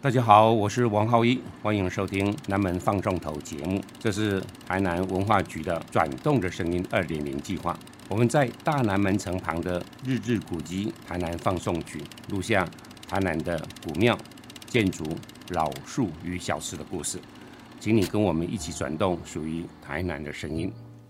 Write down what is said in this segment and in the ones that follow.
大家好，我是王浩一，欢迎收听南门放送头节目。这是台南文化局的转动的声音2.0计划。我们在大南门城旁的日治古迹台南放送局录下台南的古庙、建筑、老树与小吃的故事，请你跟我们一起转动属于台南的声音。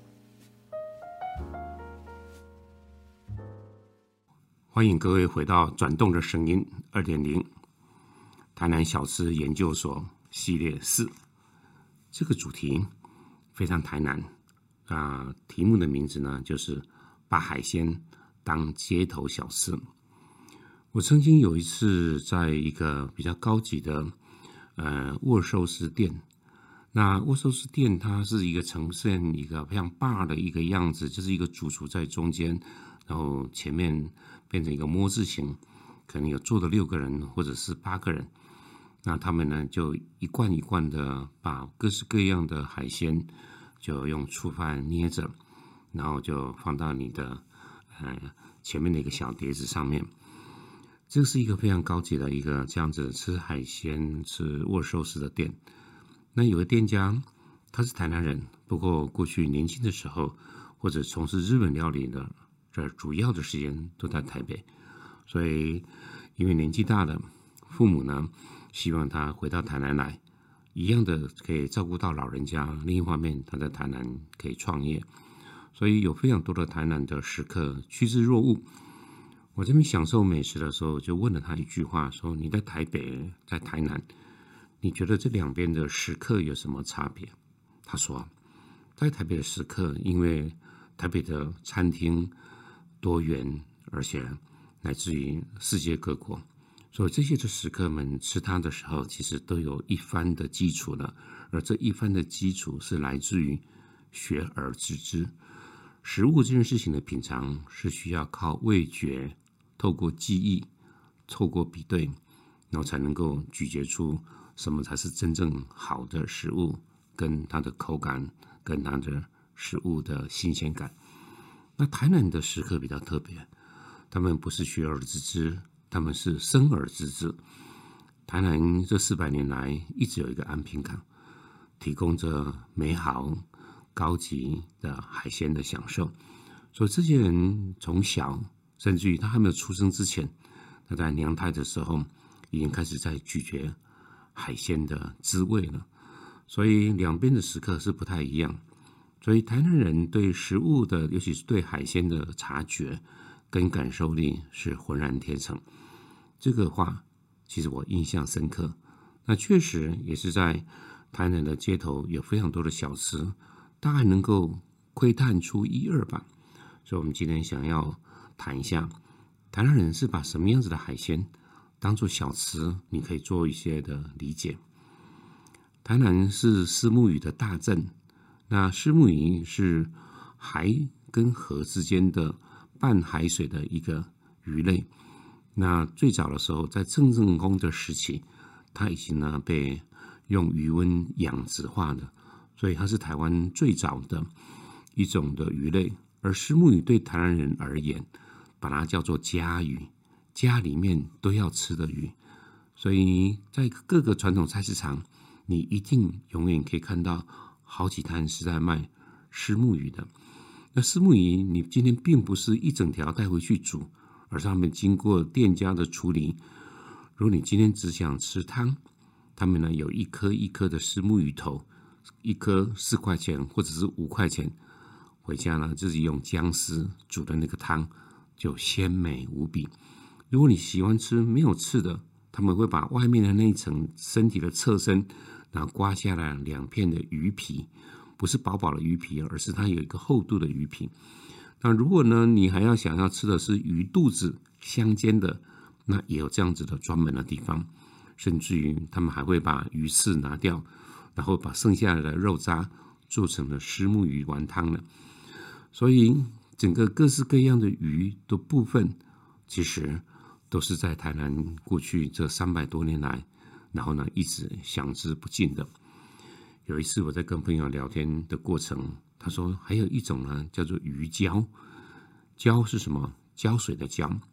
欢迎各位回到转动的声音2.0。台南小吃研究所系列4，这个主题非常台南题目的名字呢就是把海鲜当街头小吃。我曾经有一次在一个比较高级的握寿司店，那握寿司店它是一个呈现一个非常bar的一个样子，就是一个主厨在中间，然后前面变成一个摸字形，可能有坐的6个人或者是8个人。那他们呢就一罐一罐的把各式各样的海鲜就用醋饭捏着，然后就放到你的前面的一个小碟子上面。这是一个非常高级的一个这样子吃海鲜吃握寿司的店。那有个店家他是台南人，不过过去年轻的时候或者从事日本料理的这主要的时间都在台北，所以因为年纪大了，父母呢希望他回到台南来，一样的可以照顾到老人家，另一方面他在台南可以创业，所以有非常多的台南的食客趋之若鹜。我这边享受美食的时候就问了他一句话，说你在台北在台南，你觉得这两边的食客有什么差别？他说在台北的食客，因为台北的餐厅多元，而且来自于世界各国，所以这些的食客们吃它的时候，其实都有一番的基础了，而这一番的基础是来自于学而知之。食物这件事情的品尝是需要靠味觉，透过记忆，透过比对，然后才能够咀嚼出什么才是真正好的食物，跟它的口感，跟它的食物的新鲜感。那台南的食客比较特别，他们不是学而知之，他们是生而知之。台南这400年来一直有一个安平港，提供着美好高级的海鲜的享受，所以这些人从小甚至于他还没有出生之前，他在娘胎的时候已经开始在咀嚼海鲜的滋味了。所以两边的食客是不太一样，所以台南人对食物的，尤其是对海鲜的察觉跟感受力是浑然天成。这个话其实我印象深刻。那确实也是在台南的街头有非常多的小吃，大概能够窥探出1、2吧。所以我们今天想要谈一下台南人是把什么样子的海鲜当作小吃，你可以做一些的理解。台南是虱目鱼的大镇，那虱目鱼是海跟河之间的半海水的一个鱼类。那最早的时候在郑成功的时期，它已经呢被用鱼温养殖化的，所以它是台湾最早的一种的鱼类。而虱目鱼对台南人而言，把它叫做家鱼，家里面都要吃的鱼。所以在各个传统菜市场，你一定永远可以看到好几摊是在卖虱目鱼的。那虱目鱼你今天并不是一整条带回去煮，而是他们经过店家的处理。如果你今天只想吃汤，他们呢有一颗一颗的虱目鱼头，一颗4块钱或者是5块钱，回家呢自己用姜丝煮的那个汤就鲜美无比。如果你喜欢吃没有刺的，他们会把外面的那一层身体的侧身，然后刮下来2片的鱼皮，不是薄薄的鱼皮，而是它有一个厚度的鱼皮。那如果呢你还要想要吃的是鱼肚子香煎的，那也有这样子的专门的地方。甚至于他们还会把鱼刺拿掉，然后把剩下来的肉渣做成了虱目鱼丸汤了。所以整个各式各样的鱼的部分，其实都是在台南过去这300多年来，然后呢一直享之不尽的。有一次我在跟朋友聊天的过程，他说还有一种呢叫做鱼胶。胶是什么？胶水的胶。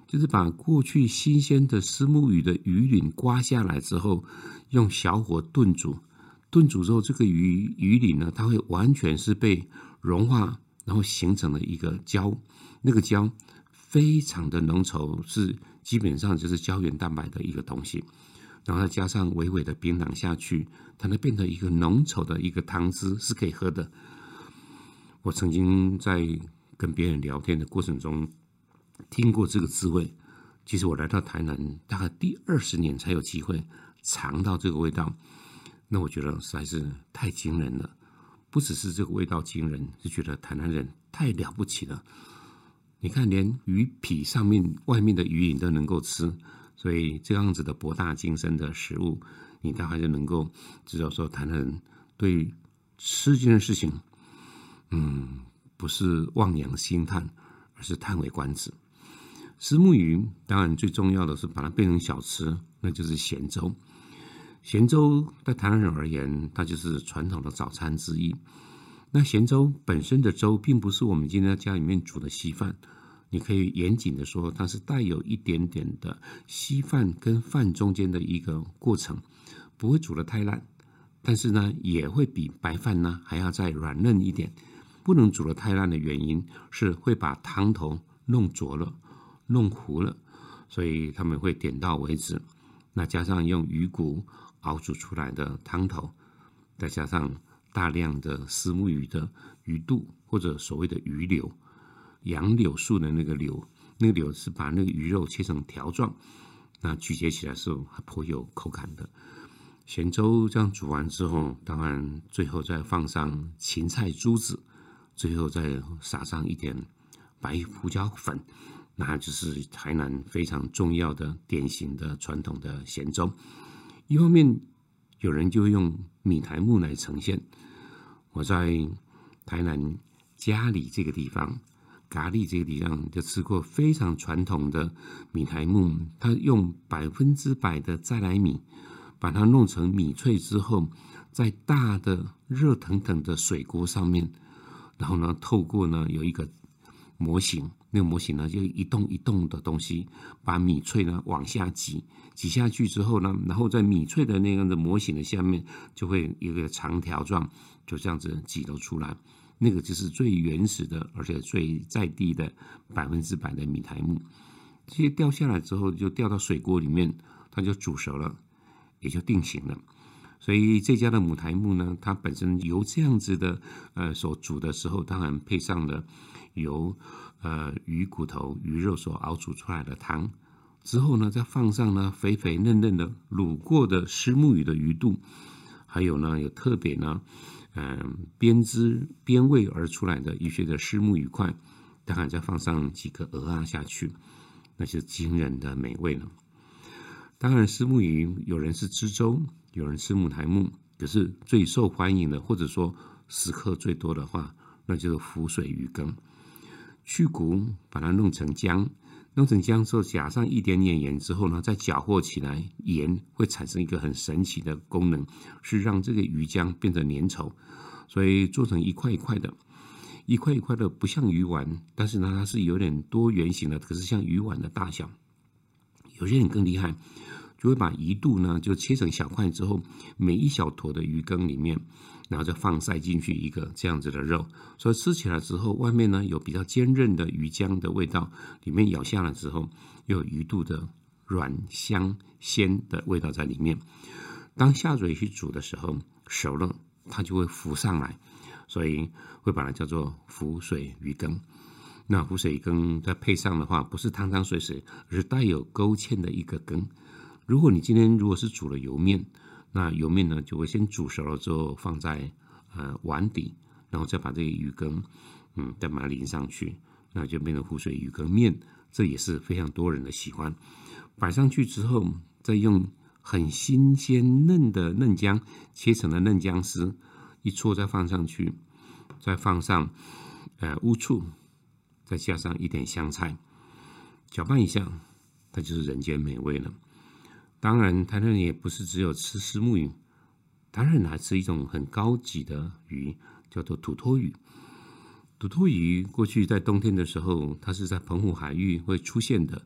就是把过去新鲜的虱目鱼的鱼鳞刮下来之后，用小火炖煮，炖煮之后，这个鱼鳞呢，它会完全是被融化，然后形成了一个胶，那个胶非常的浓稠，是基本上就是胶原蛋白的一个东西，然后再加上微微的冰糖下去，它能变成一个浓稠的一个汤汁，是可以喝的。我曾经在跟别人聊天的过程中听过这个滋味，其实我来到台南大概第20年才有机会尝到这个味道，那我觉得实在是太惊人了。不只是这个味道惊人，就觉得台南人太了不起了。你看，连鱼皮上面外面的鱼鳞都能够吃，所以这样子的博大精深的食物，你大概就能够知道说，台南人对吃这件事情，不是望洋兴叹，而是叹为观止。虱目鱼当然最重要的是把它变成小吃，那就是咸粥。咸粥在台湾人而言，它就是传统的早餐之一。那咸粥本身的粥，并不是我们今天在家里面煮的稀饭，你可以严谨的说，它是带有一点点的稀饭跟饭中间的一个过程，不会煮得太烂，但是呢，也会比白饭呢还要再软嫩一点。不能煮得太烂的原因是会把汤头弄浊了、弄糊了，所以他们会点到为止。那加上用鱼骨熬煮出来的汤头，再加上大量的虱目鱼的鱼肚或者所谓的鱼柳，杨柳树的那个柳，那个柳是把那个鱼肉切成条状，那咀嚼起来是还颇有口感的。咸粥这样煮完之后，当然最后再放上芹菜珠子，最后再撒上一点白胡椒粉，那就是台南非常重要的典型的传统的咸粥。一方面有人就用米苔目来呈现，我在台南嘉里这个地方、咖喱这个地方就吃过非常传统的米苔目，它用100%的再来米把它弄成米脆之后，在大的热腾腾的水锅上面，然后呢透过呢有一个模型，那个模型呢就一动一动的东西，把米脆呢往下挤下去之后呢，然后在米脆的那样的模型的下面就会有一个长条状，就这样子挤了出来。那个就是最原始的，而且最在地的100%的米苔目。这些掉下来之后，就掉到水锅里面，它就煮熟了，也就定型了。所以这家的母苔目呢，它本身由这样子的所煮的时候，当然配上了由鱼骨头、鱼肉所熬煮出来的汤，之后呢，再放上呢肥肥嫩嫩的卤过的虱目鱼的鱼肚，还有呢有特别呢编织编味而出来的一些的虱目鱼块，当然再放上几个蚵仔下去，那是惊人的美味了。当然虱目鱼有人是吃粥，有人吃母苔目，可是最受欢迎的，或者说食客最多的话，那就是浮水鱼羹。去骨把它弄成浆，弄成浆之后加上一点点盐之后呢，再搅和起来，盐会产生一个很神奇的功能，是让这个鱼浆变得粘稠，所以做成一块一块的，一块一块的，不像鱼丸，但是呢它是有点多圆形的，可是像鱼丸的大小。有些人更厉害，就会把鱼肚呢就切成小块之后，每一小坨的鱼羹里面，然后再塞进去一个这样子的肉，所以吃起来之后，外面呢有比较坚韧的鱼浆的味道，里面咬下来之后又有鱼肚的软香鲜的味道在里面。当下水去煮的时候，熟了它就会浮上来，所以会把它叫做浮水鱼羹。那浮水鱼羹再配上的话，不是汤汤水水，而是带有勾芡的一个羹。如果你今天如果是煮了油面，那油面呢就会先煮熟了之后放在碗底，然后再把这个鱼羹再把它淋上去，那就变成浮水鱼羹面，这也是非常多人的喜欢。摆上去之后，再用很新鲜嫩的嫩姜切成了嫩姜丝一撮，再放上去，再放上乌醋，再加上一点香菜，搅拌一下，它就是人间美味了。当然台南人也不是只有吃虱目鱼，台南人还吃一种很高级的鱼，叫做土托鱼。土托鱼过去在冬天的时候，它是在澎湖海域会出现的，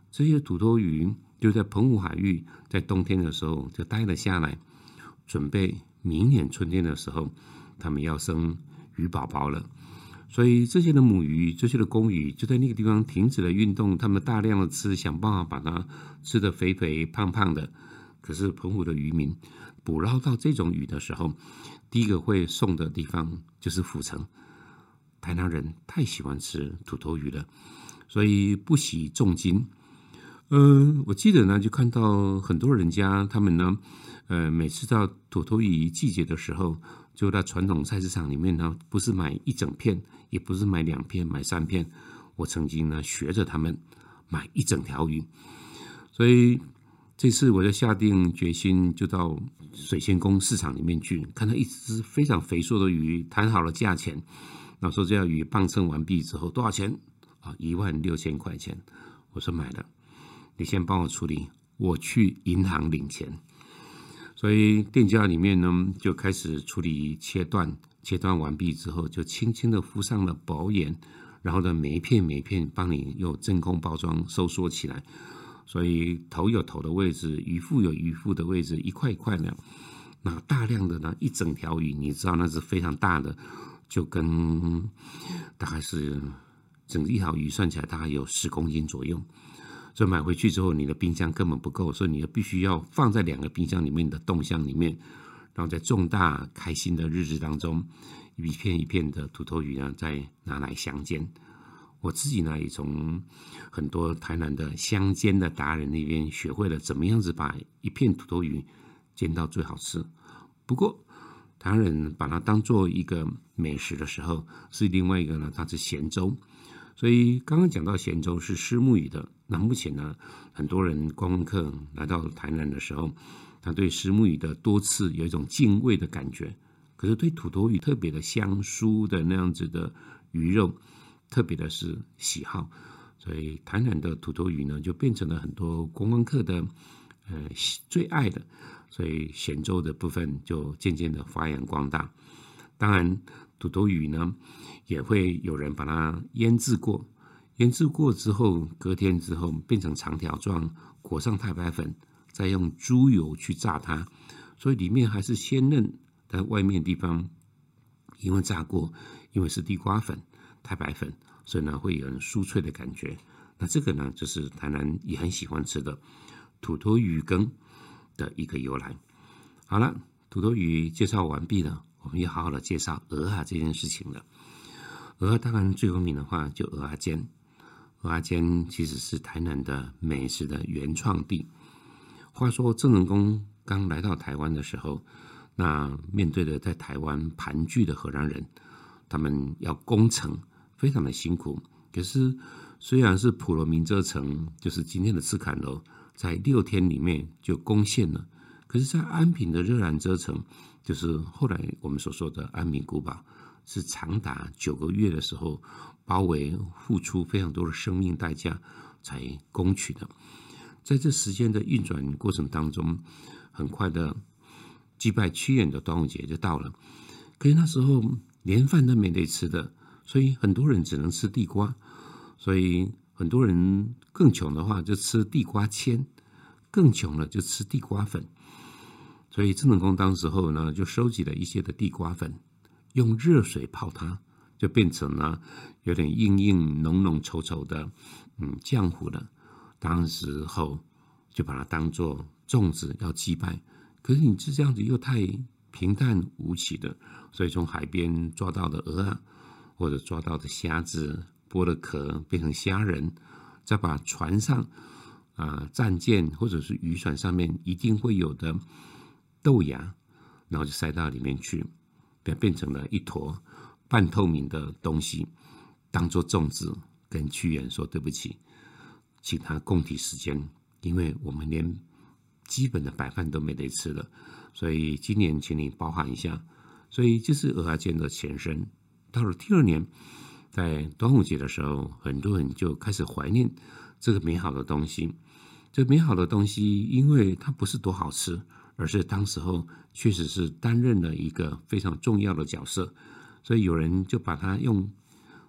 这些土托鱼就在澎湖海域，在冬天的时候就待了下来，准备明年春天的时候，他们要生鱼宝宝了。所以这些的母鱼，这些的公鱼就在那个地方停止了运动，他们大量的吃，想办法把它吃得肥肥胖胖的。可是澎湖的渔民捕捞到这种鱼的时候，第一个会送的地方就是府城。台南人太喜欢吃土托鱼了，所以不惜重金。我记得呢，就看到很多人家他们呢，每次到土托鱼季节的时候，就在传统菜市场里面呢，不是买一整片，也不是买2片、买3片，我曾经呢学着他们买一整条鱼。所以这次我就下定决心，就到水仙宫市场里面去，看到一只非常肥硕的鱼，谈好了价钱，那说这条鱼磅称完毕之后多少钱啊？16000块钱。我说买了，你先帮我处理，我去银行领钱。所以店家里面呢就开始处理切断完毕之后，就轻轻的敷上了薄盐，然后呢每一片帮你用真空包装收缩起来。所以头有头的位置，鱼腹有鱼腹的位置，一块一块的。那大量的呢，一整条鱼，你知道那是非常大的，就跟大概是整一条鱼算起来大概有10公斤左右。所以买回去之后，你的冰箱根本不够，所以你必须要放在2个冰箱里面的冻箱里面，然后在重大开心的日子当中，一片一片的土托鱼呢，再拿来香煎。我自己呢，也从很多台南的香煎的达人那边学会了怎么样子把一片土托鱼煎到最好吃。不过台湾人把它当做一个美食的时候，是另外一个呢，它是咸粥。所以刚刚讲到咸粥是虱目鱼的，那目前呢，很多人观光客来到台南的时候，他对虱目鱼的多刺有一种敬畏的感觉，可是对土托鱼特别的香酥的那样子的鱼肉，特别的是喜好。所以台南的土托鱼呢，就变成了很多观光客的最爱的，所以咸粥的部分就渐渐的发扬光大。当然土托鱼呢也会有人把它腌制过之后，隔天之后变成长条状，裹上太白粉，再用猪油去炸它，所以里面还是鲜嫩，但外面地方因为炸过，因为是地瓜粉太白粉，所以呢会有很酥脆的感觉。那这个呢就是台南也很喜欢吃的土托鱼羹的一个由来。好了，土托鱼介绍完毕了，我们要好好的介绍蚵仔这件事情了。蚵仔当然最有名的话就蚵仔煎。蚵仔煎其实是台南的美食的原创地。话说郑成功刚来到台湾的时候，那面对着在台湾盘踞的荷兰人，他们要攻城非常的辛苦。可是虽然是普罗民遮城，就是今天的赤坎楼，在6天里面就攻陷了，可是在安平的热兰遮城，就是后来我们所说的安平古堡，是长达9个月的时候包围，付出非常多的生命代价才攻取的。在这时间的运转过程当中，很快的祭拜屈原的端午节就到了。可是那时候连饭都没得吃的，所以很多人只能吃地瓜，所以很多人更穷的话就吃地瓜签，更穷了就吃地瓜粉。所以郑成功当时候呢，就收集了一些的地瓜粉，用热水泡它，就变成了有点硬硬浓浓稠稠的浆糊了。当时候就把它当作粽子要祭拜，可是你是这样子又太平淡无奇的，所以从海边抓到的蚵仔或者抓到的虾子，剥了壳变成虾仁，再把船上战舰或者是渔船上面一定会有的豆芽，然后就塞到里面去，变成了一坨半透明的东西，当作粽子跟屈原说对不起，请他共体时间，因为我们连基本的白饭都没得吃了，所以今年请你包涵一下。所以这是蚵仔煎的前身。到了第2年，在端午节的时候，很多人就开始怀念这个美好的东西。这美好的东西，因为它不是多好吃，而是当时候确实是担任了一个非常重要的角色，所以有人就把它用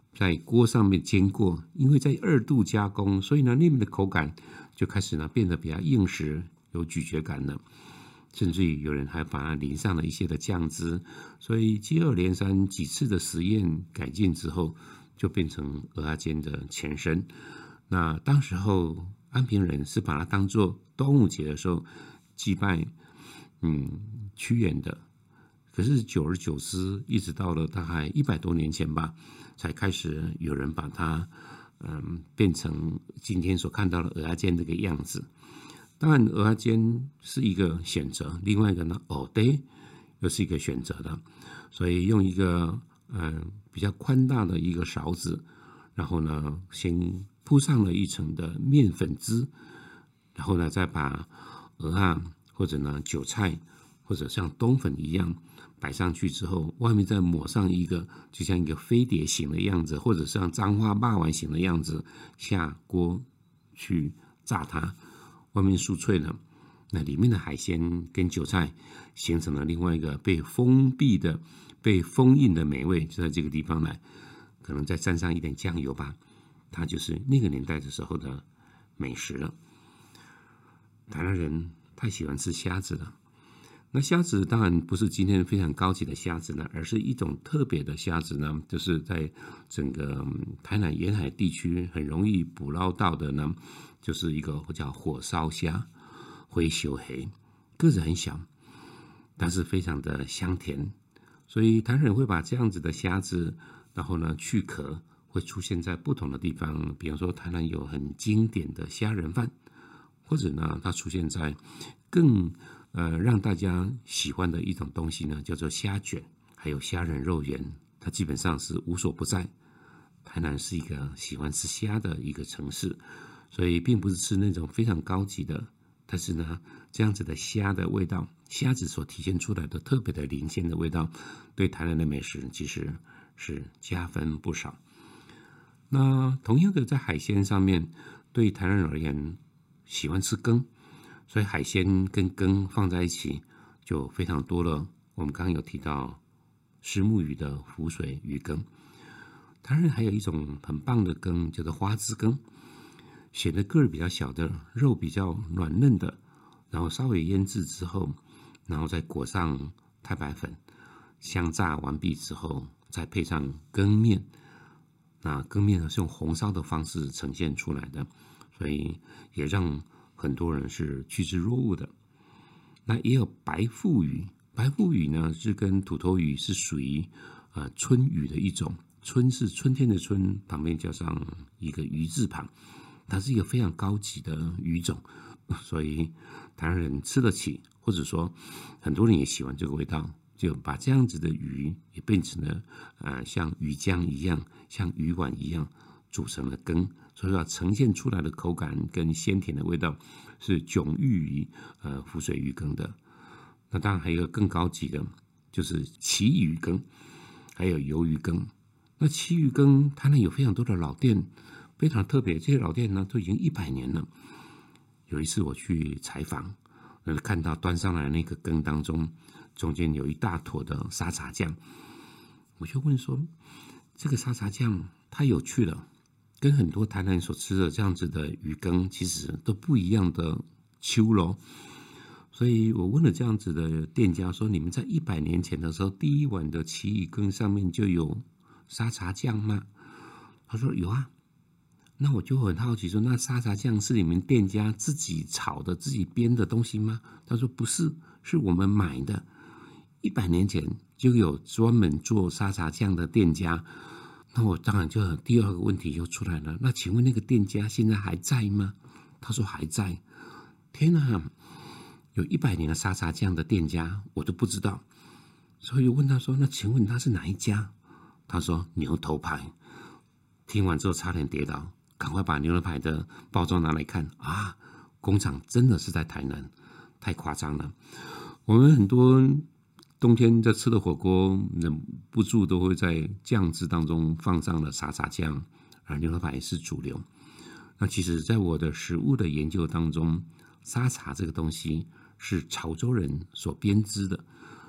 在锅上面煎过，因为在2度加工，所以呢，里面的口感就开始呢变得比较硬实，有咀嚼感了。甚至于有人还把它淋上了一些的酱汁，所以接二连三几次的实验改进之后，就变成蚵仔煎的前身。那当时候安平人是把它当作端午节的时候祭拜屈原的。可是久而久之，一直到了大概100多年前吧，才开始有人把它变成今天所看到的蚵仔煎这个样子。当然，蚵仔煎是一个选择，另外一个呢，蚵嗲又是一个选择的。所以用一个比较宽大的一个勺子，然后呢，先铺上了一层的面粉汁，然后呢，再把蚵仔或者呢韭菜或者像冬粉一样摆上去之后，外面再抹上一个就像一个飞碟形的样子，或者像彰化肉丸形的样子，下锅去炸它。外面酥脆了，那里面的海鲜跟韭菜形成了另外一个被封闭的、被封印的美味，就在这个地方来，可能再沾上一点酱油吧，它就是那个年代的时候的美食了。台湾人太喜欢吃虾子了，那虾子当然不是今天非常高级的虾子呢，而是一种特别的虾子呢，就是在整个台南沿海地区很容易捕捞到的呢，就是一个叫火烧虾，灰修黑，个子很小，但是非常的香甜，所以台南人会把这样子的虾子，然后呢去壳，会出现在不同的地方，比方说台南有很经典的虾仁饭，或者呢它出现在更让大家喜欢的一种东西呢，叫做虾卷，还有虾仁肉圆，它基本上是无所不在。台南是一个喜欢吃虾的一个城市，所以并不是吃那种非常高级的，但是呢，这样子的虾的味道，虾子所体现出来的特别的灵鲜的味道，对台南的美食其实是加分不少。那同样的，在海鲜上面，对台南人而言，喜欢吃羹，所以海鲜跟羹放在一起就非常多了。我们刚刚有提到虱目鱼的浮水鱼羹，台湾人还有一种很棒的羹，叫做花枝羹，选的个儿比较小的，肉比较软嫩的，然后稍微腌制之后，然后再裹上太白粉，香炸完毕之后，再配上羹面。那羹面呢是用红烧的方式呈现出来的，所以也让很多人是趋之若鹜的。那也有白腹鱼，白腹鱼呢是跟土头鱼是属于春鱼的一种，春是春天的春，旁边加上一个鱼字旁，它是一个非常高级的鱼种，所以台湾人吃得起，或者说很多人也喜欢这个味道，就把这样子的鱼也变成了像鱼浆一样，像鱼丸一样煮成了羹，所以说呈现出来的口感跟鲜甜的味道是迥异于浮水鱼羹的。那当然还有一个更高级的，就是旗鱼羹，还有鱿鱼羹。那旗鱼羹它呢有非常多的老店，非常特别，这些老店呢都已经100年了。有一次我去采访，看到端上来那个羹当中，中间有一大坨的沙茶酱，我就问说，这个沙茶酱太有趣了，跟很多台南人所吃的这样子的鱼羹其实都不一样的秋咯。所以我问了这样子的店家说，你们在100年前的时候，第一碗的旗鱼羹上面就有沙茶酱吗？他说有啊。那我就很好奇说，那沙茶酱是你们店家自己炒的、自己编的东西吗？他说不是，是我们买的。100年前就有专门做沙茶酱的店家。那我当然就第二个问题就出来了，那请问那个店家现在还在吗？他说还在。天哪，有100年的沙茶酱的店家我都不知道，所以问他说，那请问他是哪一家？他说牛头牌。听完之后差点跌倒，赶快把牛头牌的包装拿来看啊，工厂真的是在台南，太夸张了。我们很多冬天在吃的火锅，忍不住都会在酱汁当中放上了沙茶酱，而牛头牌是主流。那其实在我的食物的研究当中，沙茶这个东西是潮州人所编织的，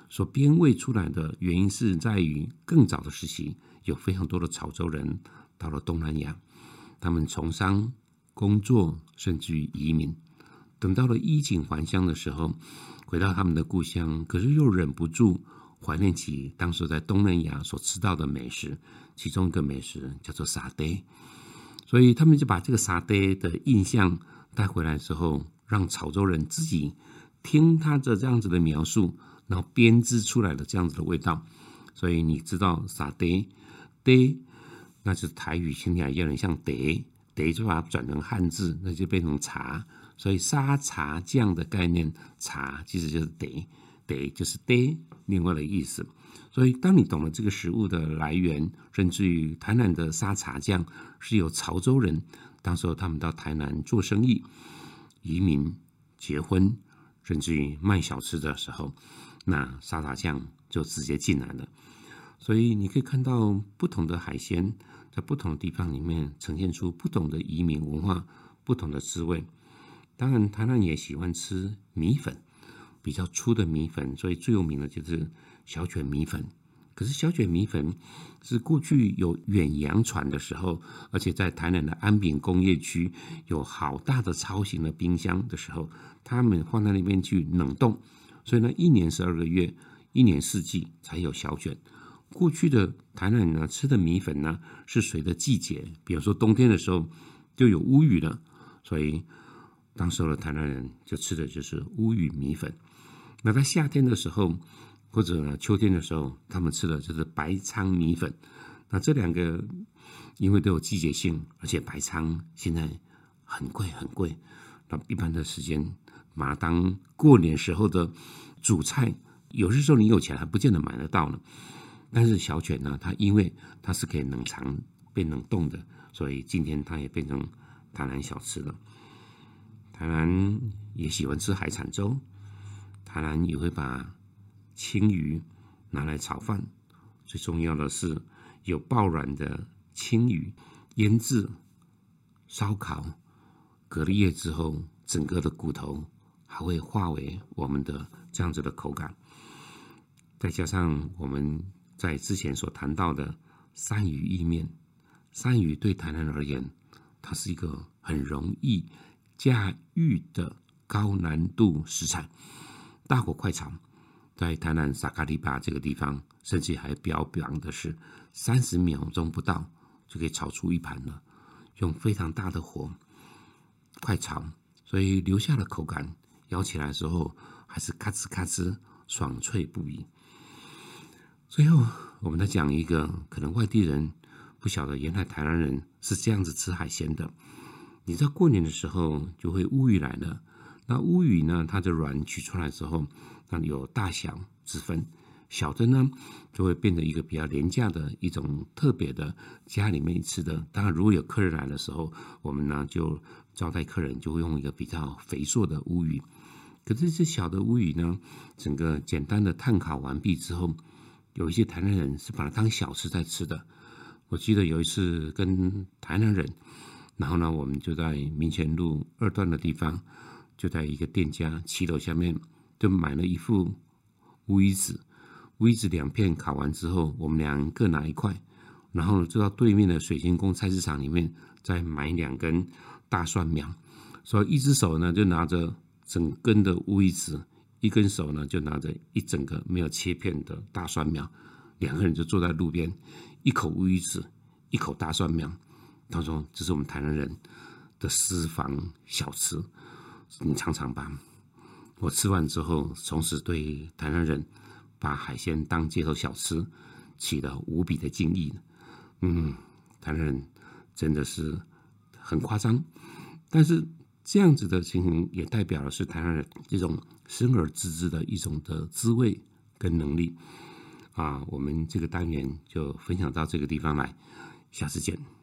所编纂出来的原因是在于更早的时期，有非常多的潮州人到了东南亚，他们从商、工作，甚至于移民。等到了衣锦还乡的时候，回到他们的故乡，可是又忍不住怀念起当时在东南亚所吃到的美食，其中一个美食叫做沙爹。所以他们就把这个沙爹的印象带回来之后，让潮州人自己听他的这样子的描述，然后编织出来的这样子的味道。所以你知道沙爹爹，那是台语听起来有点像爹，爹就把它转成汉字，那就变成茶。所以沙茶酱的概念，茶其实就是爹，爹就是爹另外的意思。所以当你懂了这个食物的来源，甚至于台南的沙茶酱是由潮州人当时候他们到台南做生意、移民、结婚，甚至于卖小吃的时候，那沙茶酱就直接进来了。所以你可以看到不同的海鲜在不同的地方里面呈现出不同的移民文化、不同的滋味。当然台南也喜欢吃米粉，比较粗的米粉，所以最有名的就是小卷米粉。可是小卷米粉是过去有远洋船的时候，而且在台南的安平工业区有好大的超型的冰箱的时候，他们放在那边去冷冻，所以呢1年12个月1年4季才有小卷。过去的台南人呢吃的米粉呢是随着季节，比如说冬天的时候就有乌鱼了，所以当时的台南人就吃的就是乌鱼米粉。那在夏天的时候或者呢秋天的时候，他们吃的就是白鲳米粉。那这两个因为都有季节性，而且白鲳现在很贵很贵，那一般的时间把它当过年时候的主菜，有些时候你有钱还不见得买得到呢。但是小卷呢，它因为它是可以冷藏变冷冻的，所以今天它也变成台南小吃了。台南也喜欢吃海产粥，台南也会把青鱼拿来炒饭，最重要的是有爆软的青鱼，腌制、烧烤，隔了夜之后，整个的骨头还会化为我们的这样子的口感。再加上我们在之前所谈到的鳝鱼意面，鳝鱼对台南而言，它是一个很容易驾驭的高难度食材。大火快炒，在台南沙卡利巴这个地方，甚至还标榜的是30秒钟不到就可以炒出一盘了，用非常大的火快炒，所以留下的口感，咬起来的时候还是咔吱咔吱，爽脆不已。最后我们再讲一个可能外地人不晓得，原来台南人是这样子吃海鲜的。你知道过年的时候就会乌鱼来了，那乌鱼呢，它的卵取出来之后，那有大小之分，小的呢就会变成一个比较廉价的一种特别的家里面吃的。当然如果有客人来的时候，我们呢就招待客人就会用一个比较肥硕的乌鱼。可是这小的乌鱼呢，整个简单的炭烤完毕之后，有一些台南人是把它当小吃在吃的。我记得有一次跟台南人，然后呢我们就在民权路2段的地方，就在一个店家7楼下面就买了一副乌鱼子，乌鱼子2片烤完之后，我们俩各拿1块，然后就到对面的水晶宫菜市场里面再买2根大蒜苗，所以一只手呢就拿着整根的乌鱼子，一根手呢就拿着一整个没有切片的大蒜苗，2个人就坐在路边，一口乌鱼子，一口大蒜苗。他说这是我们台南人的私房小吃，你尝尝吧。我吃完之后，从此对台南人把海鲜当街头小吃起了无比的敬意。台南人真的是很夸张，但是这样子的情形也代表的是台南人这种生而知之的一种的滋味跟能力。我们这个单元就分享到这个地方来，下次见。